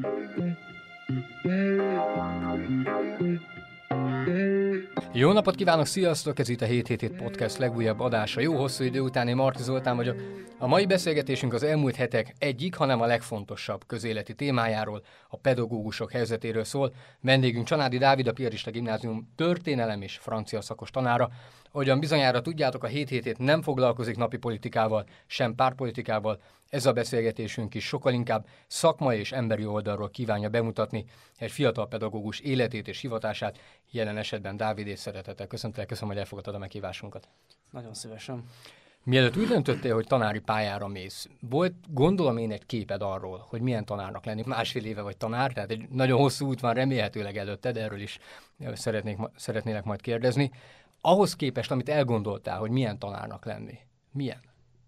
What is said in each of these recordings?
Jó napot kívánok, sziasztok! Ez itt a 777 Podcast legújabb adása. Jó hosszú idő után, én Marti Zoltán vagyok. A mai beszélgetésünk az elmúlt hetek egyik, hanem a legfontosabb közéleti témájáról, a pedagógusok helyzetéről szól. Vendégünk Csanádi Dávid, a Piarista Gimnázium történelem és francia szakos tanára. Ahogyan bizonyára tudjátok, a 777 nem foglalkozik napi politikával, sem pártpolitikával. Ez a beszélgetésünk is sokkal inkább szakmai és emberi oldalról kívánja bemutatni egy fiatal pedagógus életét és hivatását, jelen esetben Dávid, és szeretettel köszönöm, hogy elfogadtad a meghívásunkat. Nagyon szívesen. Mielőtt úgy döntöttél, hogy tanári pályára mész, volt, gondolom én, egy képed arról, hogy milyen tanárnak lenni. Másfél éve vagy tanár, tehát egy nagyon hosszú út van remélhetőleg előtted, erről is szeretnélek majd kérdezni. Ahhoz képest, amit elgondoltál, hogy milyen tanárnak lenni, milyen?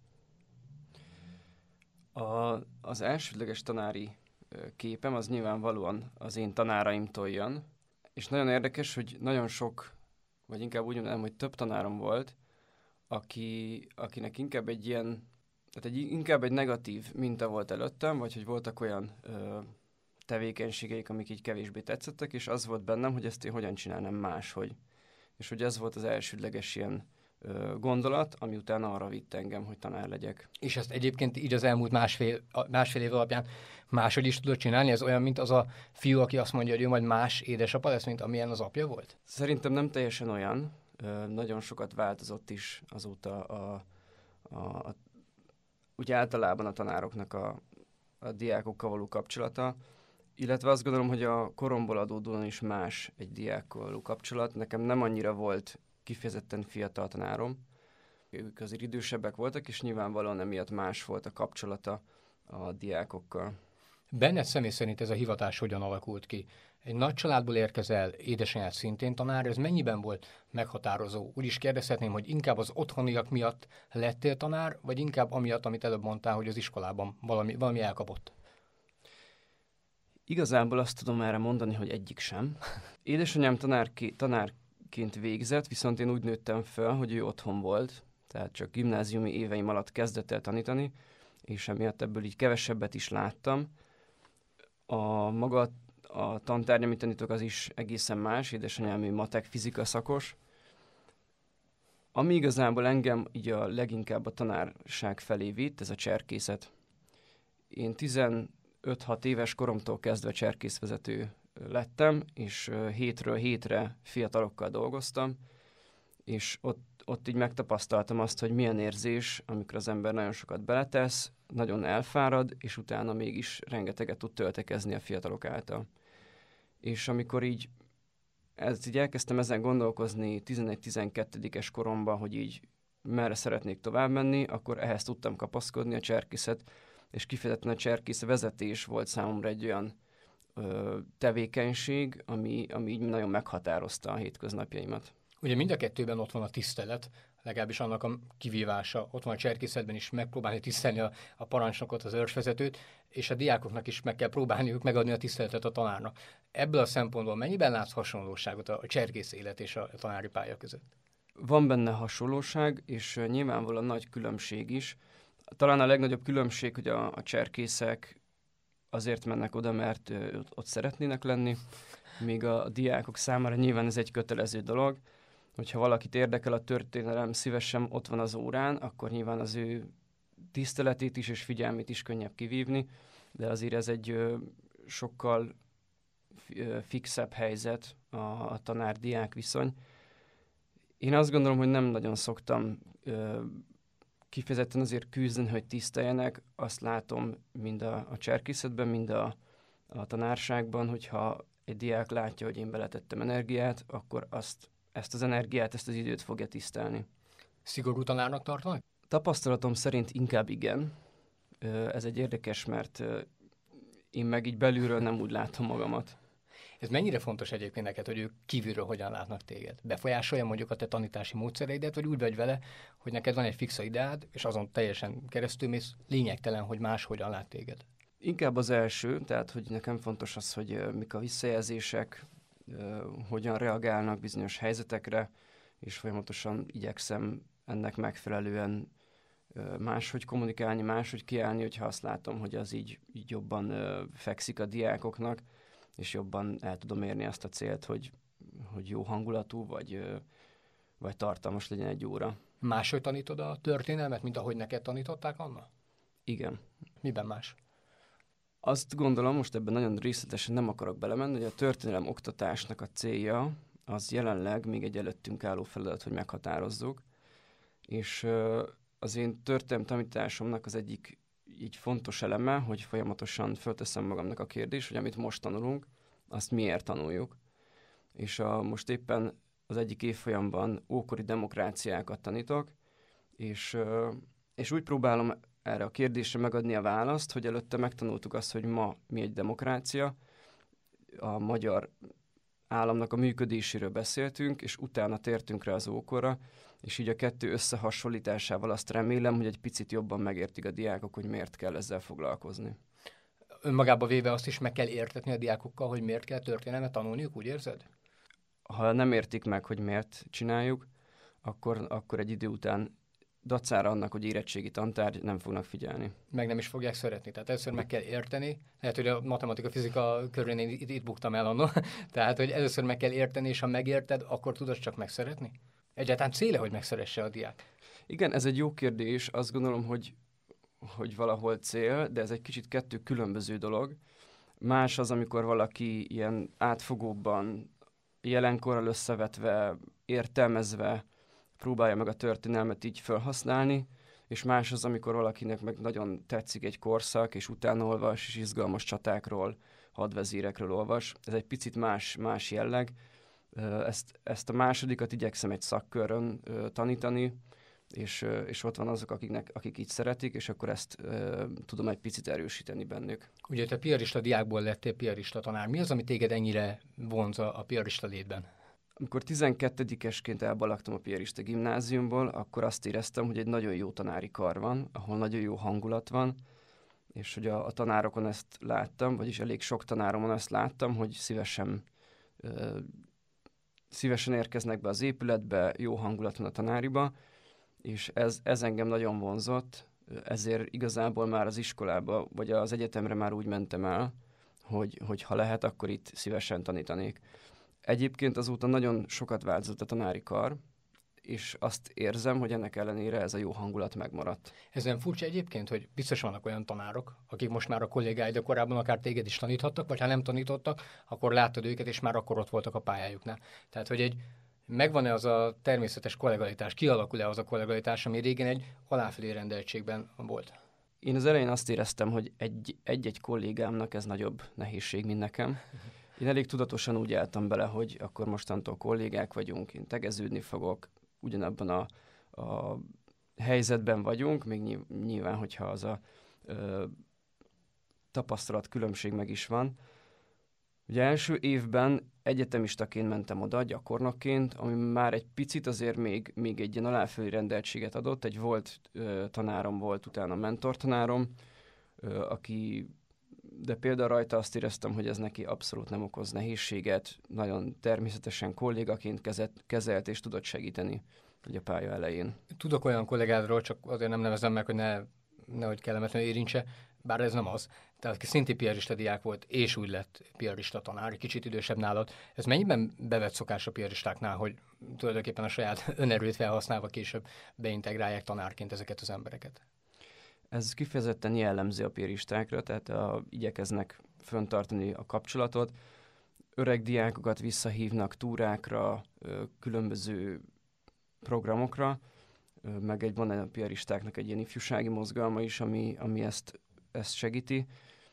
Az elsődleges tanári képem az nyilvánvalóan az én tanáraimtól jön, és nagyon érdekes, hogy nagyon sok, vagy inkább úgy mondanám, hogy több tanárom volt, akinek inkább egy ilyen, tehát inkább egy negatív minta volt előttem, vagy hogy voltak olyan tevékenységeik, amik így kevésbé tetszettek, és az volt bennem, hogy ezt én hogyan csinálnám máshogy. És hogy ez volt az elsődleges ilyen gondolat, ami utána arra vitt engem, hogy tanár legyek. És ezt egyébként így az elmúlt másfél év alapján máshogy is tudod csinálni? Ez olyan, mint az a fiú, aki azt mondja, hogy ő majd más édesapa lesz, mint amilyen az apja volt? Szerintem nem teljesen olyan. Nagyon sokat változott is azóta úgy általában a tanároknak a diákokkal való kapcsolata, illetve azt gondolom, hogy a koromból adódóan is más egy diákkal való kapcsolat. Nekem nem annyira volt kifejezetten fiatal tanárom. Ők azért idősebbek voltak, és nyilvánvalóan emiatt más volt a kapcsolata a diákokkal. Benned személy szerint ez a hivatás hogyan alakult ki? Egy nagy családból érkezel, édesanyád szintén tanár, ez mennyiben volt meghatározó? Úgy is kérdezhetném, hogy inkább az otthoniak miatt lettél tanár, vagy inkább amiatt, amit előbb mondtál, hogy az iskolában valami elkapott? Igazából azt tudom erre mondani, hogy egyik sem. Édesanyám tanárként végzett, viszont én úgy nőttem fel, hogy ő otthon volt, tehát csak gimnáziumi éveim alatt kezdett el tanítani, és emiatt ebből így kevesebbet is láttam. A tantárgy, amit tanítok, az is egészen más, édesanyám ő matek, fizika szakos. Ami igazából engem így a leginkább a tanárság felé vitt, ez a cserkészet. Én 15-6 éves koromtól kezdve cserkészvezető lettem, és hétről hétre fiatalokkal dolgoztam, és ott így megtapasztaltam azt, hogy milyen érzés, amikor az ember nagyon sokat beletesz, nagyon elfárad, és utána mégis rengeteget tud töltekezni a fiatalok által. És amikor így elkezdtem ezen gondolkozni 11-12-es koromban, hogy így merre szeretnék tovább menni, akkor ehhez tudtam kapaszkodni, a cserkészet, és kifejezetten a cserkész vezetés volt számomra egy olyan tevékenység, ami így nagyon meghatározta a hétköznapjaimat. Ugye mind a kettőben ott van a tisztelet, legalábbis annak a kivívása. Ott van a cserkészetben is megpróbálni tisztelni a parancsnokot, az őrsvezetőt, és a diákoknak is meg kell próbálniuk megadni a tiszteletet a tanárnak. Ebből a szempontból mennyiben látsz hasonlóságot a cserkész élet és a tanári pálya között? Van benne hasonlóság, és nyilvánvalóan nagy különbség is. Talán a legnagyobb különbség, hogy a cserkészek azért mennek oda, mert ott szeretnének lenni, míg a diákok számára nyilván ez egy kötelező dolog. Hogyha valakit érdekel a történelem, szívesen ott van az órán, akkor nyilván az ő tiszteletét is és figyelmét is könnyebb kivívni, de azért ez egy sokkal fixebb helyzet a tanár-diák viszony. Én azt gondolom, hogy nem nagyon szoktam kifejezetten azért küzdeni, hogy tiszteljenek. Azt látom mind a cserkészetben, mind a tanárságban, hogyha egy diák látja, hogy én beletettem energiát, akkor ezt az energiát, ezt az időt fogja tisztelni. Szigorú tanárnak tartanak? Tapasztalatom szerint inkább igen. Ez egy érdekes, mert én meg így belülről nem úgy látom magamat. Ez mennyire fontos egyébként neked, hogy ők kívülről hogyan látnak téged? Befolyásolja mondjuk a te tanítási módszereidet, vagy úgy vagy vele, hogy neked van egy fixa ideád, és azon teljesen keresztülmész, lényegtelen, hogy más hogyan lát téged? Inkább az első, tehát hogy nekem fontos az, hogy mik a visszajelzések, hogyan reagálnak bizonyos helyzetekre, és folyamatosan igyekszem ennek megfelelően máshogy kommunikálni, máshogy kiállni, hogyha azt látom, hogy az így jobban fekszik a diákoknak, és jobban el tudom érni azt a célt, hogy jó hangulatú, vagy tartalmas legyen egy óra. Máshogy tanítod a történelmet, mint ahogy neked tanították, Anna? Igen. Miben más? Azt gondolom, most ebben nagyon részletesen nem akarok belemenni, hogy a történelem oktatásnak a célja az jelenleg még egy előttünk álló feladat, hogy meghatározzuk. És az én történelem tanításomnak az egyik így fontos eleme, hogy folyamatosan fölteszem magamnak a kérdést, hogy amit most tanulunk, azt miért tanuljuk. És most éppen az egyik évfolyamban ókori demokráciákat tanítok, és úgy próbálom erre a kérdésre megadni a választ, hogy előtte megtanultuk azt, hogy ma mi egy demokrácia, a magyar államnak a működéséről beszéltünk, és utána tértünk rá az ókorra, és így a kettő összehasonlításával azt remélem, hogy egy picit jobban megértik a diákok, hogy miért kell ezzel foglalkozni. Önmagába véve azt is meg kell értetni a diákokkal, hogy miért kell történelmet tanulniuk, úgy érzed? Ha nem értik meg, hogy miért csináljuk, akkor egy idő után dacára annak, hogy érettségi tantárgy, nem fognak figyelni. Meg nem is fogják szeretni. Tehát először meg kell érteni. Lehet, hogy a matematika-fizika körén én itt buktam el anno. Tehát, hogy először meg kell érteni, és ha megérted, akkor tudod csak megszeretni? Egyáltalán céle, hogy megszeresse a diák? Igen, ez egy jó kérdés. Azt gondolom, hogy valahol cél, de ez egy kicsit kettő különböző dolog. Más az, amikor valaki ilyen átfogóbban, jelenkorral összevetve, értelmezve próbálja meg a történelmet így felhasználni, és más az, amikor valakinek meg nagyon tetszik egy korszak, és utána olvas, és izgalmas csatákról, hadvezérekről olvas. Ez egy picit más jelleg. Ezt a másodikat igyekszem egy szakkörön tanítani, és ott van azok, akik így szeretik, és akkor ezt tudom egy picit erősíteni bennük. Ugye te piarista diákból lettél piarista tanár. Mi az, ami téged ennyire vonz a piarista létben? Amikor 12-esként elbalagtam a piarista gimnáziumból, akkor azt éreztem, hogy egy nagyon jó tanári kar van, ahol nagyon jó hangulat van, és hogy a tanárokon ezt láttam, vagyis elég sok tanáromon ezt láttam, hogy szívesen érkeznek be az épületbe, jó hangulat van a tanáriba, és ez engem nagyon vonzott, ezért igazából már az iskolába, vagy az egyetemre már úgy mentem el, hogy ha lehet, akkor itt szívesen tanítanék. Egyébként azóta nagyon sokat változott a tanári kar, és azt érzem, hogy ennek ellenére ez a jó hangulat megmaradt. Ezen furcsa egyébként, hogy biztos vannak olyan tanárok, akik most már a kollégáid, de korábban akár téged is taníthattak, vagy ha nem tanítottak, akkor láttad őket, és már akkor ott voltak a pályájuknál. Tehát, hogy megvan-e az a természetes kollegalitás, kialakul-e az a kollegalitás, ami régen egy aláfelé rendeltségben volt? Én az elején azt éreztem, hogy egy-egy kollégámnak ez nagyobb nehézség, mint nekem. Én elég tudatosan úgy álltam bele, hogy akkor mostantól kollégák vagyunk, én tegeződni fogok, ugyanabban a helyzetben vagyunk, még nyilván, hogyha az a tapasztalat különbség meg is van. Ugye első évben egyetemistaként mentem oda, gyakornokként, ami már egy picit azért még egy ilyen aláfölé rendeltséget adott. Egy volt tanárom volt, utána mentortanárom, de például rajta azt éreztem, hogy ez neki abszolút nem okoz nehézséget, nagyon természetesen kollégaként kezelt és tudott segíteni ugye a pálya elején. Tudok olyan kollégádról, csak azért nem nevezem meg, hogy nehogy kellemetlenül érintse, bár ez nem az. Tehát aki szintén piarista diák volt, és úgy lett piarista tanár, egy kicsit idősebb nálad. Ez mennyiben bevett szokás a piaristáknál, hogy tulajdonképpen a saját önerőt felhasználva később beintegrálják tanárként ezeket az embereket? Ez kifejezetten jellemző a piaristákra, tehát igyekeznek fenntartani a kapcsolatot. Öreg diákokat visszahívnak túrákra, különböző programokra, meg van a piaristáknak egy ilyen ifjúsági mozgalma is, ami ezt segíti,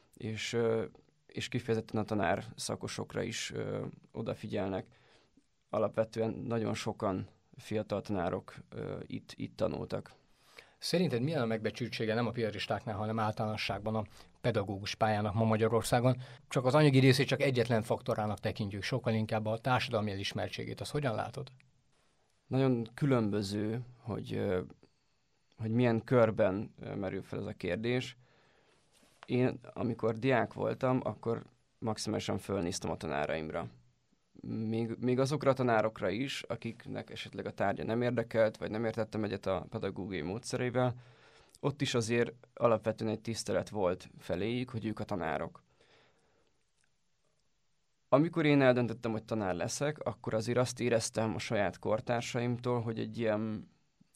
és kifejezetten a tanár szakosokra is odafigyelnek. Alapvetően nagyon sokan fiatal tanárok itt tanultak. Szerinted milyen a megbecsültsége nem a piaristáknál, hanem általánosságban a pedagógus pályának ma Magyarországon? Csak az anyagi részét csak egyetlen faktorának tekintjük, sokkal inkább a társadalmi elismertségét. Azt hogyan látod? Nagyon különböző, hogy milyen körben merül fel ez a kérdés. Én, amikor diák voltam, akkor maximálisan fölnéztem a tanáraimra. Még azokra a tanárokra is, akiknek esetleg a tárgya nem érdekelt, vagy nem értettem egyet a pedagógiai módszerével, ott is azért alapvetően egy tisztelet volt feléjük, hogy ők a tanárok. Amikor én eldöntöttem, hogy tanár leszek, akkor azért azt éreztem a saját kortársaimtól, hogy egy ilyen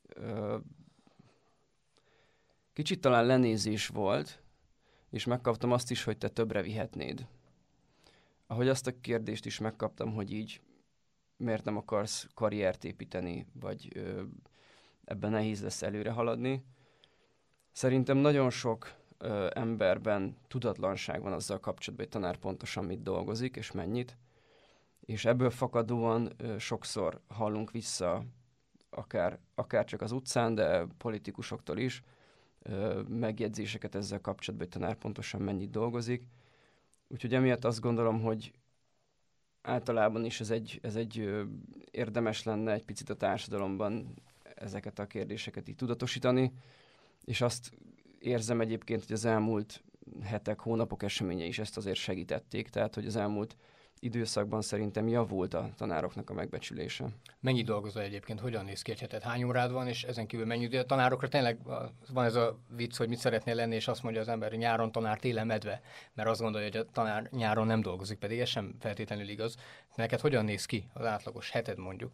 kicsit talán lenézés volt, és megkaptam azt is, hogy te többre vihetnéd. Ahogy azt a kérdést is megkaptam, hogy így miért nem akarsz karriert építeni, vagy ebben nehéz lesz előre haladni. Szerintem nagyon sok emberben tudatlanság van azzal kapcsolatban, hogy tanár pontosan mit dolgozik, és mennyit. És ebből fakadóan sokszor hallunk vissza, akár csak az utcán, de politikusoktól is, megjegyzéseket ezzel kapcsolatban, hogy tanár pontosan mennyit dolgozik. Úgyhogy emiatt azt gondolom, hogy általában is ez egy érdemes lenne egy picit a társadalomban ezeket a kérdéseket így tudatosítani, és azt érzem egyébként, hogy az elmúlt hetek, hónapok eseményei is ezt azért segítették, tehát hogy az elmúlt időszakban szerintem javult a tanároknak a megbecsülése. Mennyit dolgozol egyébként? Hogyan néz ki egy heted? Hány órád van, és ezen kívül mennyi idő? A tanárokra tényleg van ez a vicc, hogy mit szeretnél lenni, és azt mondja az ember, hogy nyáron tanár, télen medve, mert azt gondolja, hogy a tanár nyáron nem dolgozik, pedig ez sem feltétlenül igaz. Neked hogyan néz ki az átlagos heted mondjuk?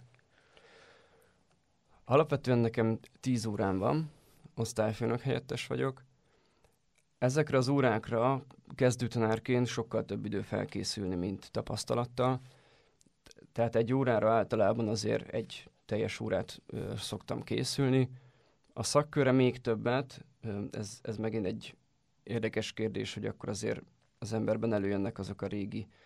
Alapvetően nekem 10 órám van, osztályfőnök helyettes vagyok. Ezekre az órákra kezdőtanárként sokkal több idő felkészülni, mint tapasztalattal. Tehát egy órára általában azért egy teljes órát szoktam készülni. A szakkörre még többet, ez megint egy érdekes kérdés, hogy akkor azért az emberben előjönnek azok a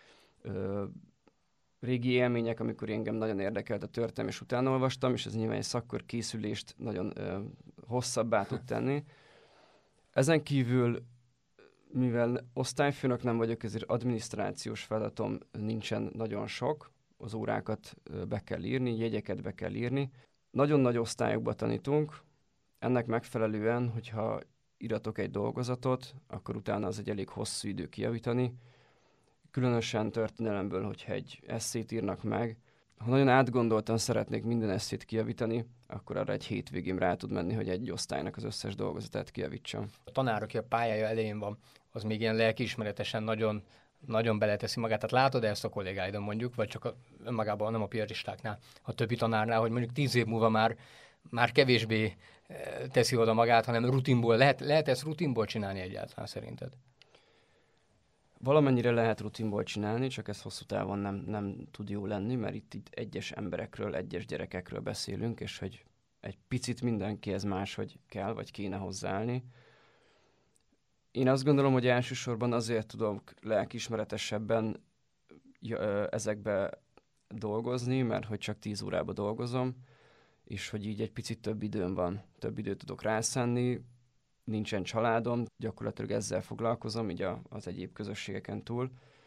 régi élmények, amikor engem nagyon érdekelt a történelem, és utána olvastam, és ez nyilván egy szakkör készülést nagyon hosszabbá tud tenni. Ezen kívül, mivel osztályfőnök nem vagyok, ezért adminisztrációs feladatom nincsen nagyon sok, az órákat be kell írni, jegyeket be kell írni. Nagyon nagy osztályokba tanítunk, ennek megfelelően, hogyha iratok egy dolgozatot, akkor utána az egy elég hosszú idő kijavítani. Különösen történelemből, hogyha egy esszét írnak meg, ha nagyon átgondoltan szeretnék minden esszét kijavítani, akkor arra egy hétvégén rá tud menni, hogy egy osztálynak az összes dolgozatát kijavítsam. A tanár, aki a pályája elején van, az még ilyen lelkiismeretesen nagyon, nagyon beleteszi magát. Tehát látod ezt a kollégáidon mondjuk, vagy csak önmagában, nem a piaristáknál, a többi tanárnál, hogy mondjuk 10 év múlva már kevésbé teszi oda magát, hanem rutinból. Lehet ezt rutinból csinálni egyáltalán szerinted? Valamennyire lehet rutinból csinálni, csak ez hosszú távon nem tud jó lenni, mert itt egyes emberekről, egyes gyerekekről beszélünk, és hogy egy picit mindenkihez máshogy kell, vagy kéne hozzáállni. Én azt gondolom, hogy elsősorban azért tudok lelkiismeretesebben ezekbe dolgozni, mert hogy csak 10 órába dolgozom, és hogy így egy picit több időm van, több időt tudok rászánni, nincsen családom, gyakorlatilag ezzel foglalkozom, így az egyéb közösségeken túl.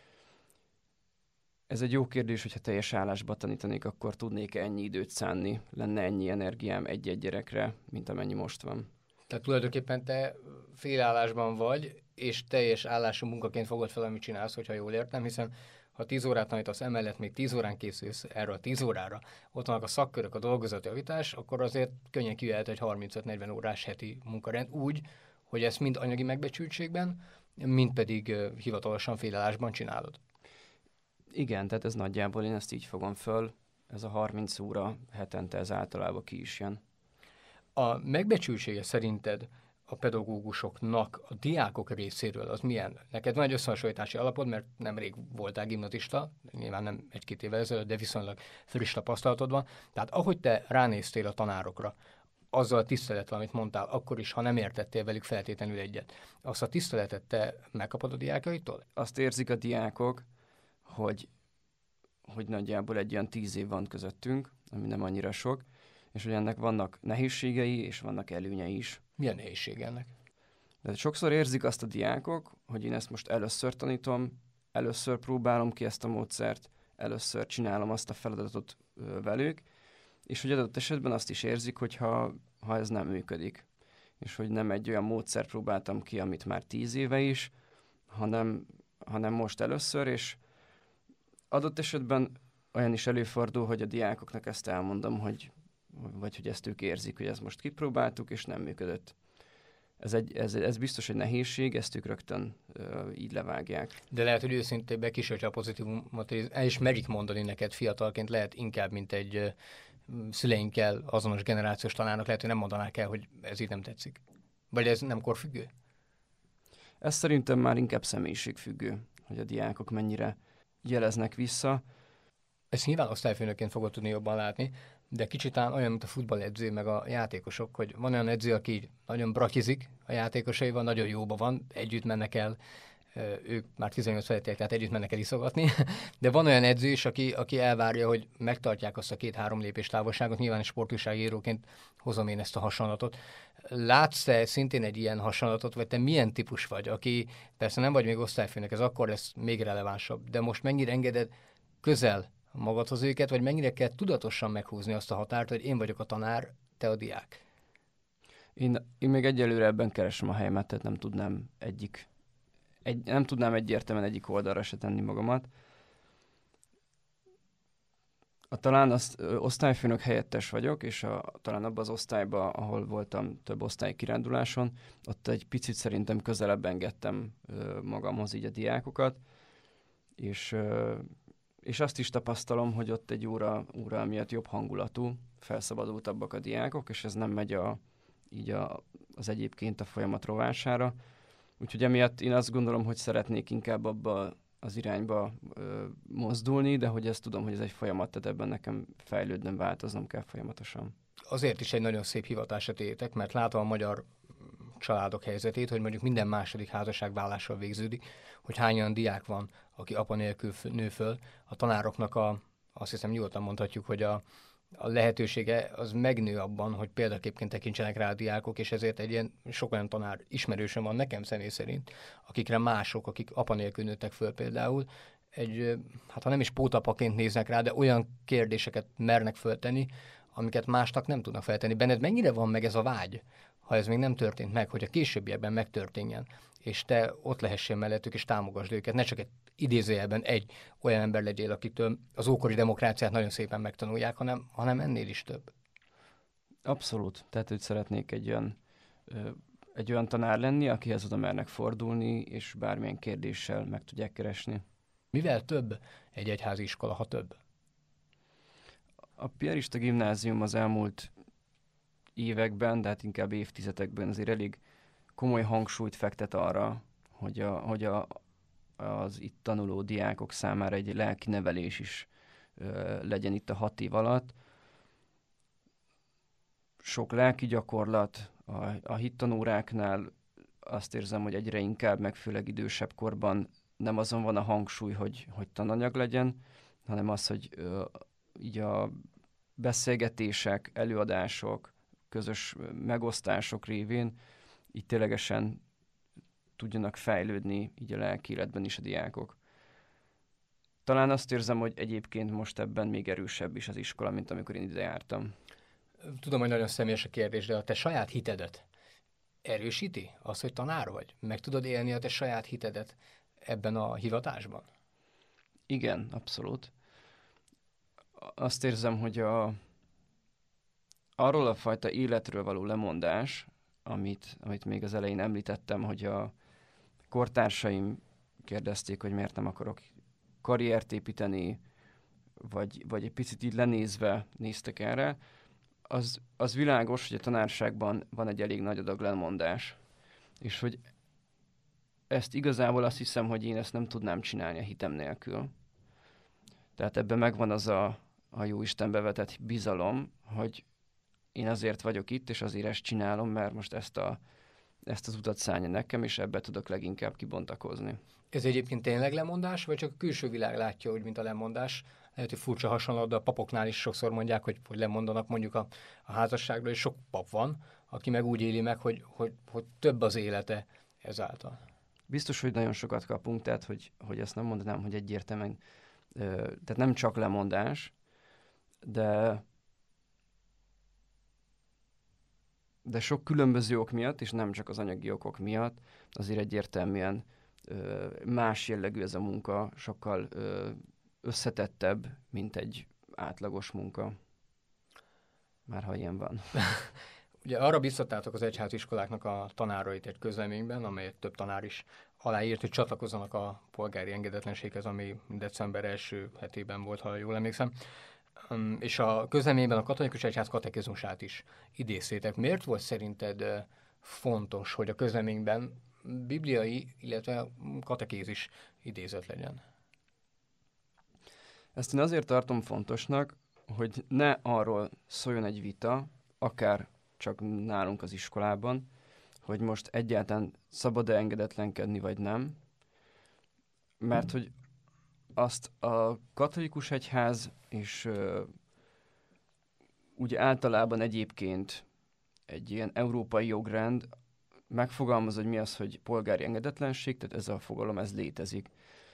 Ez egy jó kérdés, hogyha teljes állásba tanítanék, akkor tudnék ennyi időt szánni, lenne ennyi energiám egy-egy gyerekre, mint amennyi most van. Tehát tulajdonképpen te félállásban vagy, és teljes állású munkaként fogod fel, amit csinálsz, hogyha jól értem, hiszen ha 10 órát tanítasz, emellett még 10 órán készülsz erről a 10 órára, ott vannak a szakkörök, a dolgozatjavítás, akkor azért könnyen kijöhet egy 35-40 órás heti munkarend úgy, hogy ezt mind anyagi megbecsültségben, mind pedig hivatalosan félállásban csinálod. Igen, tehát ez nagyjából én ezt így fogom föl, ez a 30 óra hetente ez általában ki is jön. A megbecsültsége szerinted a pedagógusoknak a diákok részéről az milyen? Neked van egy összehasonlítási alapod, mert nemrég voltál gimnazista, nyilván nem 1-2 évvel ezelőtt, de viszonylag friss tapasztalatod van. Tehát ahogy te ránéztél a tanárokra, azzal a tisztelettel, amit mondtál, akkor is, ha nem értettél velük feltétlenül egyet, azt a tiszteletet te megkapod a diákaitól? Azt érzik a diákok, hogy nagyjából egy olyan 10 év van közöttünk, ami nem annyira sok, és hogy ennek vannak nehézségei, és vannak előnyei is. Milyen nehézség ennek? De sokszor érzik azt a diákok, hogy én ezt most először tanítom, először próbálom ki ezt a módszert, először csinálom azt a feladatot velük, és hogy adott esetben azt is érzik, hogy ha ez nem működik, és hogy nem egy olyan módszert próbáltam ki, amit már 10 éve is, hanem most először, és adott esetben olyan is előfordul, hogy a diákoknak ezt elmondom, vagy hogy ezt ők érzik, hogy ezt most kipróbáltuk, és nem működött. Ez biztos egy nehézség, ezt ők rögtön így levágják. De lehet, hogy őszintén kisöcse a pozitívumot, és merik mondani neked fiatalként, lehet inkább, mint egy szüleinkkel azonos generációs tanárnak, lehet, hogy nem mondanák el, hogy ez így nem tetszik. Vagy ez nem korfüggő? Ez szerintem már inkább személyiségfüggő, hogy a diákok mennyire jeleznek vissza. Ezt nyilván osztályfőnökként fogod tudni jobban látni, de kicsit olyan, mint a futballedző, meg a játékosok, hogy van olyan edző, aki nagyon brakizik a játékosaival, nagyon jóban van, együtt mennek el, ők már 18 felettiek, tehát együtt mennek el iszogatni, de van olyan edző is, aki elvárja, hogy megtartják azt a 2-3 lépés távolságot, nyilván sportújságíróként hozom én ezt a hasonlatot. Látsz-e szintén egy ilyen hasonlatot, vagy te milyen típus vagy, aki persze nem vagy még osztályfőnök, ez akkor lesz még relevánsabb, de most mennyire engeded közel magadhoz őket, vagy mennyire kell tudatosan meghúzni azt a határt, hogy én vagyok a tanár, te a diák? Én még egyelőre ebben keresem a helyemet, tehát nem tudnám egyértelműen egyik oldalra se tenni magamat. Talán osztályfőnök helyettes vagyok, és talán abban az osztályban, ahol voltam több osztálykiránduláson, ott egy picit szerintem közelebb engedtem magamhoz így a diákokat, és azt is tapasztalom, hogy ott egy óra miatt jobb hangulatú, felszabadultabbak a diákok, és ez nem megy az egyébként a folyamat rovására. Úgyhogy emiatt én azt gondolom, hogy szeretnék inkább abba az irányba mozdulni, de hogy ezt tudom, hogy ez egy folyamat, tehát ebben nekem fejlődnöm, változnom kell folyamatosan. Azért is egy nagyon szép hivatás a tiétek, mert látom a magyar családok helyzetét, hogy mondjuk minden második házasságvállással végződik, hogy hány olyan diák van, aki apa nélkül nő föl. A tanároknak azt hiszem nyugodtan mondhatjuk, hogy a lehetősége az megnő abban, hogy példaképként tekintsenek rá a diákok, és ezért sok olyan tanár ismerősöm van nekem személy szerint, akikre mások, akik apa nélkül nőttek föl például, ha nem is pótapaként néznek rá, de olyan kérdéseket mernek föltenni, amiket másnak nem tudnak feltenni. Benned mennyire van meg ez a vágy, ha ez még nem történt meg, hogy a későbbiekben megtörténjen, és te ott lehessél mellettük, és támogasd őket, ne csak egy idézőjelben egy olyan ember legyél, akitől az ókori demokráciát nagyon szépen megtanulják, hanem ennél is több. Abszolút. Tehát, hogy szeretnék egy olyan tanár lenni, akihez oda mernek fordulni, és bármilyen kérdéssel meg tudják keresni. Mivel több egy egyházi iskola, ha több? A piarista gimnázium az elmúlt években, de hát inkább évtizedekben azért elég komoly hangsúlyt fektet arra, hogy az itt tanuló diákok számára egy lelki nevelés is legyen itt a 6 év alatt. Sok lelki gyakorlat, a hittanóráknál azt érzem, hogy egyre inkább, meg főleg idősebb korban nem azon van a hangsúly, hogy tananyag legyen, hanem az, hogy így a beszélgetések, előadások, közös megosztások révén így ténylegesen tudjanak fejlődni így a lelki életben is a diákok. Talán azt érzem, hogy egyébként most ebben még erősebb is az iskola, mint amikor én ide jártam. Tudom, hogy nagyon személyes a kérdés, de a te saját hitedet erősíti az, hogy tanár vagy? Meg tudod élni a te saját hitedet ebben a hivatásban? Igen, abszolút. Azt érzem, hogy arról a fajta életről való lemondás, amit még az elején említettem, hogy a kortársaim kérdezték, hogy miért nem akarok karriert építeni, vagy egy picit így lenézve néztek erre, az világos, hogy a tanárságban van egy elég nagy adag lemondás. És hogy ezt igazából azt hiszem, hogy én ezt nem tudnám csinálni a hitem nélkül. Tehát ebben megvan az a Jóistenbe vetett bizalom, hogy én azért vagyok itt, és azért ezt csinálom, mert most ezt az utat szállja nekem, és ebbe tudok leginkább kibontakozni. Ez egyébként tényleg lemondás, vagy csak a külső világ látja úgy, mint a lemondás? Lehet, hogy furcsa hasonlat, de a papoknál is sokszor mondják, hogy lemondanak mondjuk a házasságról, és sok pap van, aki meg úgy éli meg, hogy több az élete ezáltal. Biztos, hogy nagyon sokat kapunk, tehát hogy ezt nem mondanám, hogy egyértelműen, tehát nem csak lemondás, de sok különböző ok miatt, és nem csak az anyagi okok miatt, azért egyértelműen más jellegű ez a munka, sokkal összetettebb, mint egy átlagos munka. Már ha ilyen van. Ugye arra biztattátok az egyháziskoláknak a tanárait egy közleményben, amelyet több tanár is aláírt, hogy csatlakozzanak a polgári engedetlenséghez, ami december első hetében volt, ha jól emlékszem. És a közleményben a katolikus egyház katekizmusát is idéztétek. Miért volt szerinted fontos, hogy a közleményben bibliai, illetve katekézis idézet legyen? Ezt én azért tartom fontosnak, hogy ne arról szóljon egy vita, akár csak nálunk az iskolában, hogy most egyáltalán szabad-e engedetlenkedni, vagy nem. Mert hogy azt a katolikus egyház és úgy általában egyébként egy ilyen európai jogrend megfogalmaz, hogy mi az, hogy polgári engedetlenség, tehát ez a fogalom, ez létezik.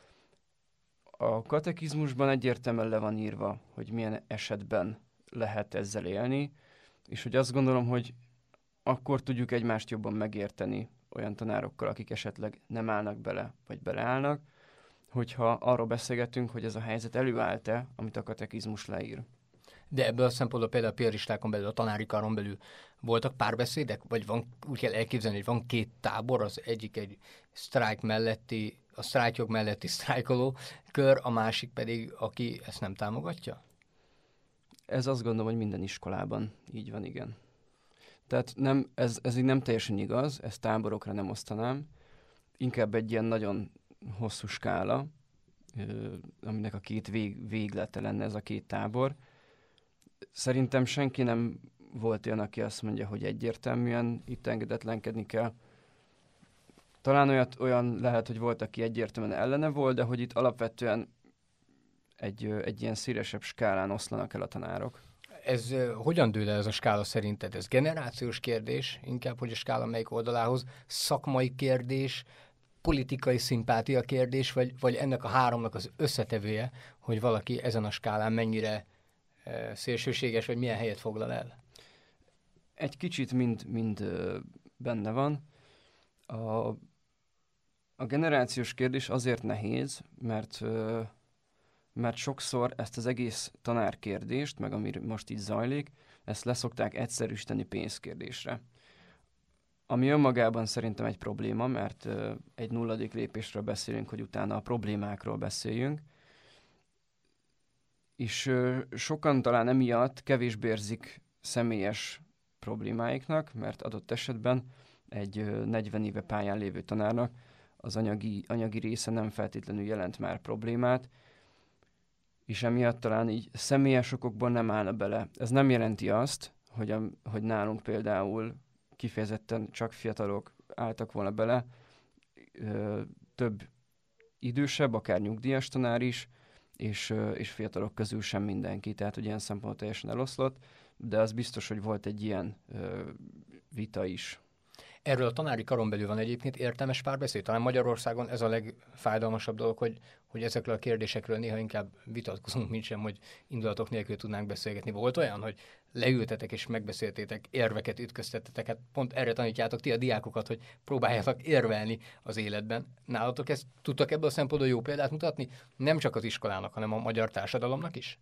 A katekizmusban egyértelműen le van írva, hogy milyen esetben lehet ezzel élni, és hogy azt gondolom, hogy akkor tudjuk egymást jobban megérteni olyan tanárokkal, akik esetleg nem állnak bele, vagy beleállnak, hogyha arról beszélgetünk, hogy ez a helyzet előállt-e, amit a katekizmus leír. De ebből a szempontból például a piaristákon belül, a tanári karon belül voltak párbeszédek? Vagy van, úgy kell elképzelni, hogy van két tábor, az egyik egy sztrájk melletti, a sztrájkjog melletti sztrájkoló kör, a másik pedig, aki ezt nem támogatja? Ez azt gondolom, hogy minden iskolában így van, igen. Tehát nem, ez így nem teljesen igaz, ezt táborokra nem osztanám, inkább egy ilyen nagyon hosszú skála, aminek a két véglete lenne ez a két tábor. Szerintem senki nem volt olyan, aki azt mondja, hogy egyértelműen itt engedetlenkedni kell. Talán olyan lehet, hogy volt, aki egyértelműen ellene volt, de hogy itt alapvetően egy ilyen szélesebb skálán oszlanak el a tanárok. Ez hogyan dől el ez a skála szerinted? Ez generációs kérdés, inkább, hogy a skála melyik oldalához, szakmai kérdés, politikai szimpátia kérdés, vagy ennek a háromnak az összetevője, hogy valaki ezen a skálán mennyire szélsőséges, vagy milyen helyet foglal el? Egy kicsit mind benne van. A generációs kérdés azért nehéz, mert sokszor ezt az egész tanárkérdést, meg ami most így zajlik, ezt leszokták egyszerűsíteni pénzkérdésre. Ami önmagában szerintem egy probléma, mert egy nulladik lépésről beszélünk, hogy utána a problémákról beszéljünk, és sokan talán emiatt kevésbé érzik személyes problémáiknak, mert adott esetben egy 40 éve pályán lévő tanárnak az anyagi része nem feltétlenül jelent már problémát, és emiatt talán így személyes okokból nem állna bele. Ez nem jelenti azt, hogy nálunk például kifejezetten csak fiatalok álltak volna bele, több idősebb, akár nyugdíjas tanár is, és fiatalok közül sem mindenki, tehát hogy ilyen szempontból teljesen eloszlott, de az biztos, hogy volt egy ilyen vita is. Erről a tanári karon belül van egyébként értelmes párbeszéd. Talán Magyarországon ez a legfájdalmasabb dolog, hogy ezekről a kérdésekről néha inkább vitatkozunk, mint sem, hogy indulatok nélkül tudnánk beszélgetni. Volt olyan, hogy leültetek és megbeszéltétek, érveket ütköztettetek, hát pont erre tanítjátok ti a diákokat, hogy próbáljátok érvelni az életben. Nálatok ezt tudtak ebből a szempontból jó példát mutatni? Nem csak az iskolának, hanem a magyar társadalomnak is?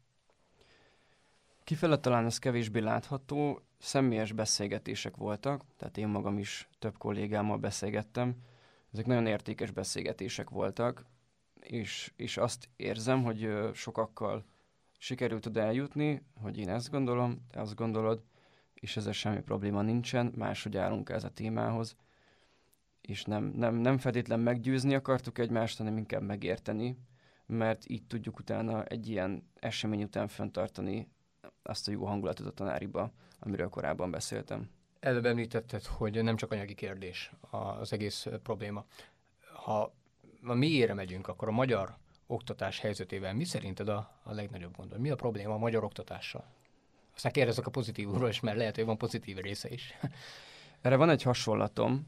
Kifele talán ez kevésbé látható, személyes beszélgetések voltak, tehát én magam is több kollégámmal beszélgettem. Ezek nagyon értékes beszélgetések voltak, és azt érzem, hogy sokakkal sikerült oda eljutni, hogy én ezt gondolom, te azt gondolod, és ezzel semmi probléma nincsen, máshogy állunk ez a témához, és nem feltétlen meggyőzni akartuk egymást, hanem inkább megérteni, mert így tudjuk utána egy ilyen esemény után fenntartani azt a jó hangulatot a tanáriba, amiről korábban beszéltem. Előbb említetted, hogy nem csak anyagi kérdés az egész probléma. Ha a mélyére megyünk, akkor a magyar oktatás helyzetével mi szerinted a legnagyobb gond? Mi a probléma a magyar oktatással? Aztán kérdezek a pozitívról is, mert lehet, hogy van pozitív része is. Erre van egy hasonlatom.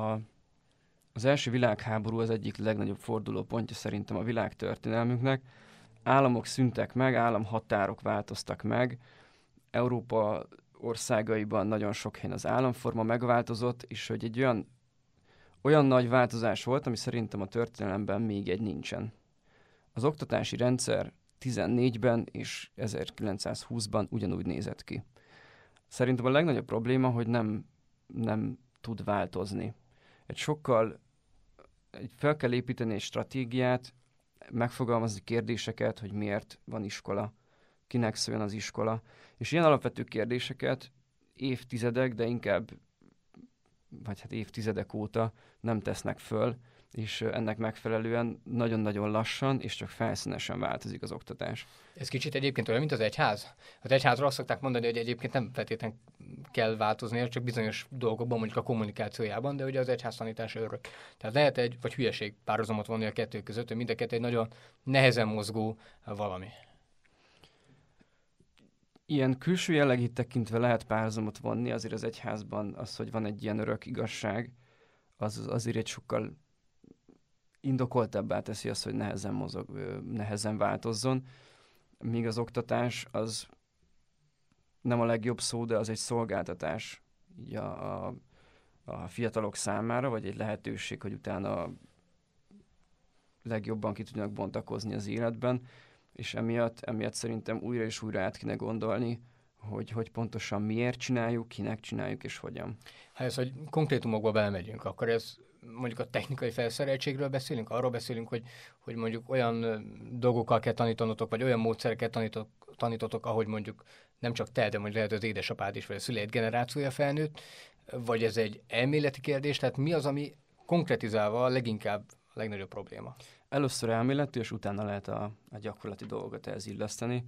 Az első világháború az egyik legnagyobb fordulópontja szerintem a világtörténelmünknek. Államok szűntek meg, államhatárok változtak meg. Európa országaiban nagyon sok helyen az államforma megváltozott, és hogy egy olyan nagy változás volt, ami szerintem a történelemben még egy nincsen. Az oktatási rendszer 14-ben és 1920-ban ugyanúgy nézett ki. Szerintem a legnagyobb probléma, hogy nem tud változni. Fel kell építeni egy stratégiát, megfogalmazni kérdéseket, hogy miért van iskola, kinek szóljon az iskola, és ilyen alapvető kérdéseket évtizedek, de inkább, vagy hát évtizedek óta nem tesznek föl, és ennek megfelelően nagyon-nagyon lassan és csak felszínesen változik az oktatás. Ez kicsit egyébként olyan, mint az egyház. Az egyházra azt szokták mondani, hogy egyébként nem feltétlenül kell változnia, csak bizonyos dolgokban, mondjuk a kommunikációjában, de ugye az egyház tanítás örök. Tehát lehet vagy hülyeség párhuzamot vonni a kettő között, hogy mind a kettő egy nagyon nehezen mozgó valami. Ilyen külső jellegét tekintve lehet párhuzamot vonni, azért az egyházban az, hogy van egy ilyen örök igazság, az azért egy sokkal indokoltabbá teszi azt, hogy nehezen változzon, míg az oktatás az nem a legjobb szó, de az egy szolgáltatás így a fiatalok számára, vagy egy lehetőség, hogy utána legjobban ki tudjanak bontakozni az életben, és emiatt szerintem újra és újra át kéne gondolni, hogy pontosan miért csináljuk, kinek csináljuk és hogyan. Ha ez, hogy konkrétumokba belemegyünk, akkor ez mondjuk a technikai felszereltségről beszélünk, arról beszélünk, hogy mondjuk olyan dolgokkal kell tanítanotok, vagy olyan módszereket tanítotok, ahogy mondjuk nem csak te, de mondjuk lehet az édesapád is, vagy a szüleid generációja felnőtt, vagy ez egy elméleti kérdés, tehát mi az, ami konkretizálva leginkább a legnagyobb probléma? Először elméleti, és utána lehet a gyakorlati dolgokat ehhez illeszteni.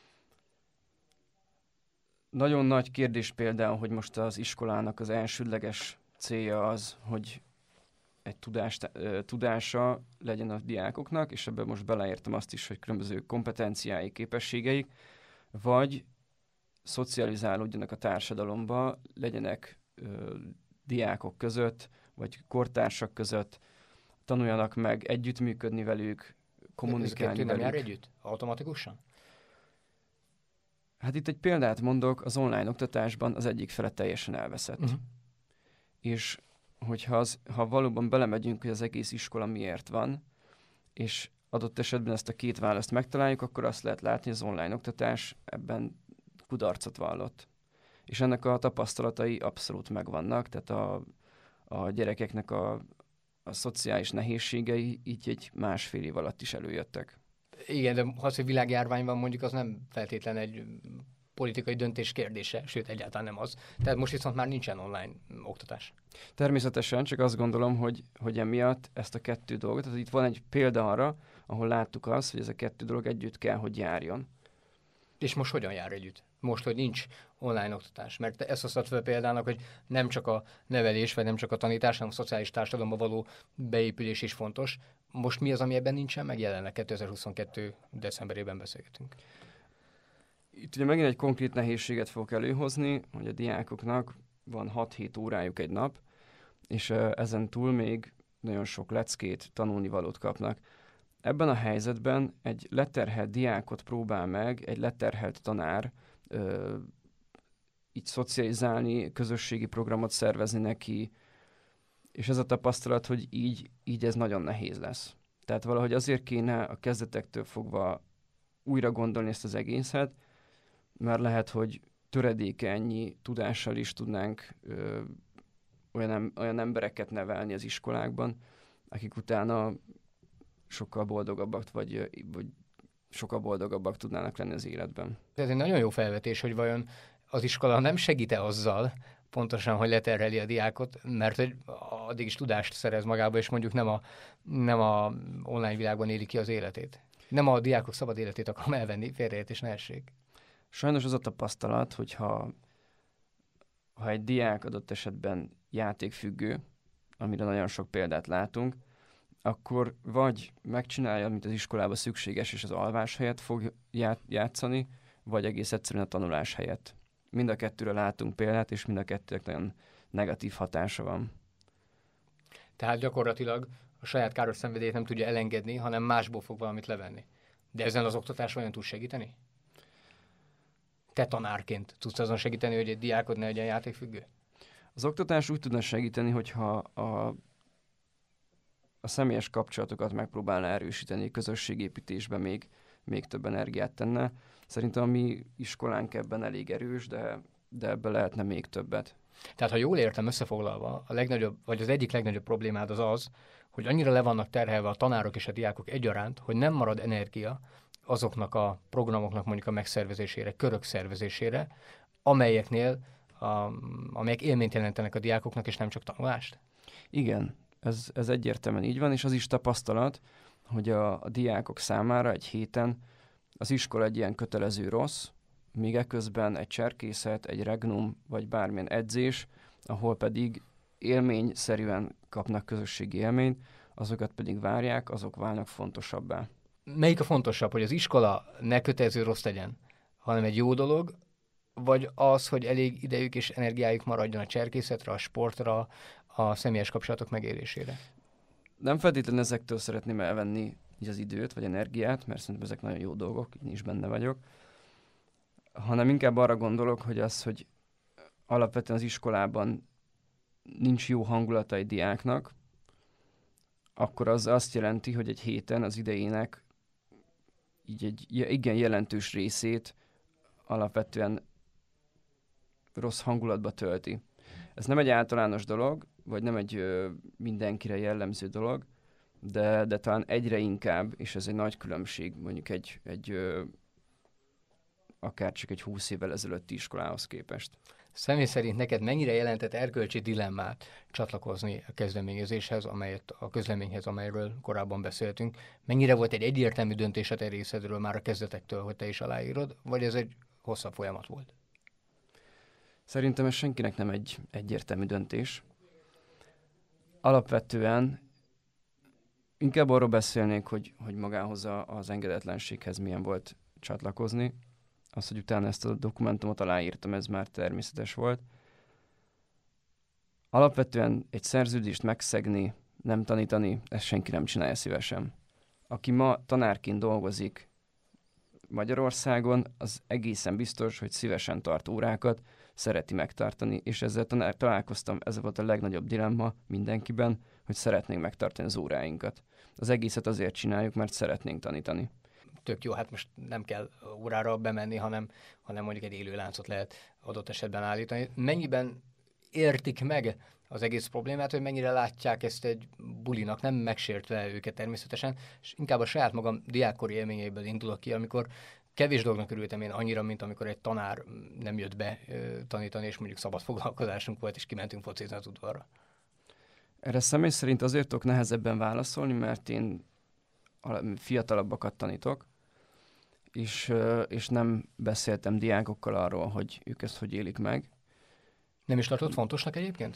Nagyon nagy kérdés például, hogy most az iskolának az elsődleges célja az, hogy egy tudása legyen a diákoknak, és ebben most beleértem azt is, hogy különböző kompetenciái, képességeik, vagy szocializálódjanak a társadalomba, legyenek diákok között, vagy kortársak között, tanuljanak meg együttműködni velük, kommunikálni velük. Nem jár együtt? Automatikusan? Hát itt egy példát mondok, az online oktatásban az egyik fele teljesen elveszett. Uh-huh. És ha valóban belemegyünk, hogy az egész iskola miért van, és adott esetben ezt a két választ megtaláljuk, akkor azt lehet látni, hogy az online oktatás ebben kudarcot vallott. És ennek a tapasztalatai abszolút megvannak, tehát a gyerekeknek a szociális nehézségei így egy másfél év alatt is előjöttek. Igen, de az, hogy világjárvány van, mondjuk az nem feltétlen egy politikai döntés kérdése, sőt egyáltalán nem az. Tehát most viszont már nincsen online oktatás. Természetesen, csak azt gondolom, hogy emiatt ezt a kettő dolgot, tehát itt van egy példa arra, ahol láttuk azt, hogy ez a kettő dolog együtt kell, hogy járjon. És most hogyan jár együtt? Most, hogy nincs online oktatás. Mert te ezt hoztad fel példának, hogy nem csak a nevelés, vagy nem csak a tanítás, hanem a szociális társadalomba való beépülés is fontos. Most mi az, ami ebben nincsen meg jelenleg? 2022. decemberében beszélgetünk. Itt ugye megint egy konkrét nehézséget fogok előhozni, hogy a diákoknak van 6-7 órájuk egy nap, és ezen túl még nagyon sok leckét, tanulnivalót kapnak. Ebben a helyzetben egy leterhelt diákot próbál meg egy leterhelt tanár így szocializálni, közösségi programot szervezni neki, és ez a tapasztalat, hogy így ez nagyon nehéz lesz. Tehát valahogy azért kéne a kezdetektől fogva újra gondolni ezt az egészet, mert lehet, hogy töredékennyi tudással is tudnánk olyan embereket nevelni az iskolákban, akik utána sokkal boldogabbak, vagy sokkal boldogabbak tudnának lenni az életben. Ez egy nagyon jó felvetés, hogy vajon az iskola nem segít-e azzal, pontosan, hogy leterheli a diákot, mert hogy addig is tudást szerez magába, és mondjuk nem a online világban éli ki az életét. Nem a diákok szabad életét akarom elvenni, félreértés ne essék. Sajnos az a tapasztalat, hogy ha egy diák adott esetben játékfüggő, amire nagyon sok példát látunk, akkor vagy megcsinálja, amit az iskolában szükséges, és az alvás helyett fog játszani, vagy egész egyszerűen a tanulás helyett. Mind a kettőre látunk példát, és mind a kettőnek nagyon negatív hatása van. Tehát gyakorlatilag a saját káros szenvedélyét nem tudja elengedni, hanem másból fog valamit levenni. De ezen az oktatás vajon tud segíteni? Te tanárként tudsz azon segíteni, hogy egy diákod ne legyen játékfüggő? Az oktatás úgy tudna segíteni, hogyha a személyes kapcsolatokat megpróbálna erősíteni, közösségépítésben még több energiát tenne. Szerintem a mi iskolánk ebben elég erős, de de ebből lehetne még többet. Tehát, ha jól értem összefoglalva, a legnagyobb, vagy az egyik legnagyobb problémád az, hogy annyira le vannak terhelve a tanárok és a diákok egyaránt, hogy nem marad energia azoknak a programoknak mondjuk a megszervezésére, körök szervezésére, amelyeknél, amelyek élményt jelentenek a diákoknak, és nem csak tanulást? Igen, ez egyértelműen így van, és az is tapasztalat, hogy a diákok számára egy héten az iskola egy ilyen kötelező rossz, míg eközben egy cserkészet, egy regnum, vagy bármilyen edzés, ahol pedig élményszerűen kapnak közösségi élményt, azokat pedig várják, azok válnak fontosabbá. Melyik a fontosabb, hogy az iskola ne kötelező rossz legyen, hanem egy jó dolog, vagy az, hogy elég idejük és energiájuk maradjon a cserkészetre, a sportra, a személyes kapcsolatok megélésére? Nem feltétlenül ezektől szeretném elvenni így az időt, vagy energiát, mert szerintem ezek nagyon jó dolgok, így is benne vagyok, hanem inkább arra gondolok, hogy alapvetően az iskolában nincs jó hangulata egy diáknak, akkor az azt jelenti, hogy egy héten az idejének így egy igen jelentős részét alapvetően rossz hangulatba tölti. Ez nem egy általános dolog, vagy nem egy mindenkire jellemző dolog, de talán egyre inkább, és ez egy nagy különbség mondjuk akár csak egy 20 évvel ezelőtti iskolához képest. Személy szerint neked mennyire jelentett erkölcsi dilemmát csatlakozni a kezdeményezéshez, a közleményhez, amelyről korábban beszéltünk? Mennyire volt egy egyértelmű döntés a te részedről már a kezdetektől, hogy te is aláírod, vagy ez egy hosszabb folyamat volt? Szerintem ez senkinek nem egy egyértelmű döntés. Alapvetően inkább arról beszélnék, hogy magához az engedetlenséghez milyen volt csatlakozni. Az, hogy utána ezt a dokumentumot aláírtam, ez már természetes volt. Alapvetően egy szerződést megszegni, nem tanítani, ezt senki nem csinálja szívesen. Aki ma tanárként dolgozik Magyarországon, az egészen biztos, hogy szívesen tart órákat, szereti megtartani, és ezzel találkoztam, ez volt a legnagyobb dilemma mindenkiben, hogy szeretnénk megtartani az óráinkat. Az egészet azért csináljuk, mert szeretnénk tanítani. Tök jó, hát most nem kell órára bemenni, hanem mondjuk egy élő láncot lehet adott esetben állítani. Mennyiben értik meg az egész problémát, hogy mennyire látják ezt egy bulinak, nem megsértve őket természetesen, és inkább a saját magam diákkori élményeiből indulok ki, amikor kevés dolognak örültem én annyira, mint amikor egy tanár nem jött be tanítani, és mondjuk szabad foglalkozásunk volt, és kimentünk focizni az udvarra. Erre személy szerint azért tudok nehezebben válaszolni, mert én fiatalabbakat tanítok, és nem beszéltem diákokkal arról, hogy ők ezt hogy élik meg. Nem is tartott fontosnak egyébként?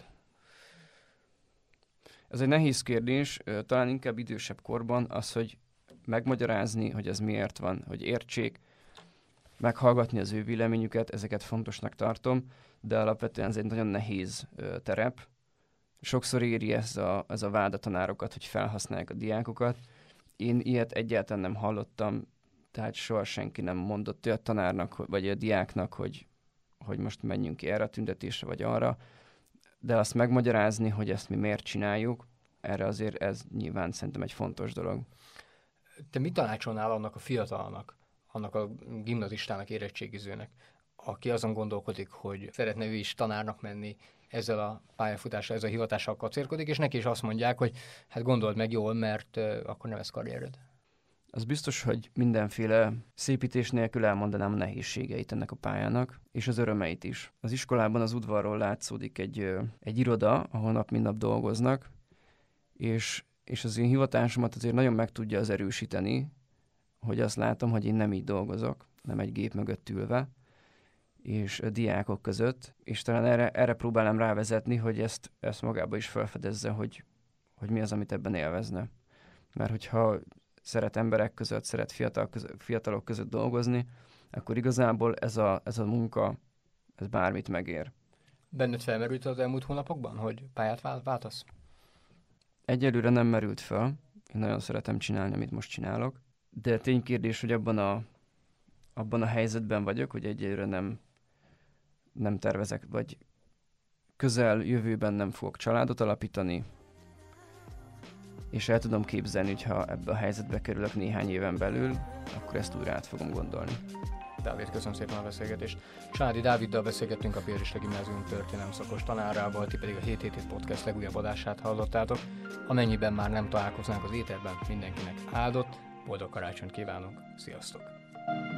Ez egy nehéz kérdés, talán inkább idősebb korban az, hogy megmagyarázni, hogy ez miért van, hogy értsék, meghallgatni az ő véleményüket, ezeket fontosnak tartom, de alapvetően ez egy nagyon nehéz terep. Sokszor éri ez a vád a tanárokat, hogy felhasználják a diákokat. Én ilyet egyáltalán nem hallottam, tehát soha senki nem mondott a tanárnak, vagy a diáknak, hogy most menjünk ki erre a tüntetésre, vagy arra, de azt megmagyarázni, hogy ezt mi miért csináljuk, erre azért ez nyilván szerintem egy fontos dolog. Te mit tanácsolnál annak a fiatalnak, annak a gimnazistának, érettségizőnek, aki azon gondolkodik, hogy szeretne ő is tanárnak menni, ezzel a pályafutással, ezzel a hivatással kacérkodik, és neki is azt mondják, hogy hát gondold meg jól, mert akkor nem ez karriered. Az biztos, hogy mindenféle szépítés nélkül elmondanám a nehézségeit ennek a pályának, és az örömeit is. Az iskolában az udvarról látszódik egy iroda, ahol nap mint nap dolgoznak, és az én hivatásomat azért nagyon meg tudja az erősíteni, hogy azt látom, hogy én nem így dolgozok, nem egy gép mögött ülve, és a diákok között, és talán erre próbálom rávezetni, hogy ezt magába is felfedezze, hogy mi az, amit ebben élvezne. Mert hogyha szeret emberek között, szeret fiatalok között dolgozni, akkor igazából ez a munka, ez bármit megér. Benned felmerült az elmúlt hónapokban, hogy pályát váltasz? Egyelőre nem merült fel. Én nagyon szeretem csinálni, amit most csinálok. De ténykérdés, hogy abban a helyzetben vagyok, hogy egyelőre nem tervezek, vagy közel jövőben nem fogok családot alapítani, és el tudom képzelni, hogy ha ebbe a helyzetbe kerülök néhány éven belül, akkor ezt újra át fogom gondolni. Dávid, köszönöm szépen a beszélgetést. Sádi Dáviddal beszélgettünk, a Piarista Gimnázium történelem szakos tanárával, ti pedig a 777 Podcast legújabb adását hallottátok. Amennyiben már nem találkoznánk az éterben, mindenkinek áldott, boldog karácsonyt kívánok, sziasztok!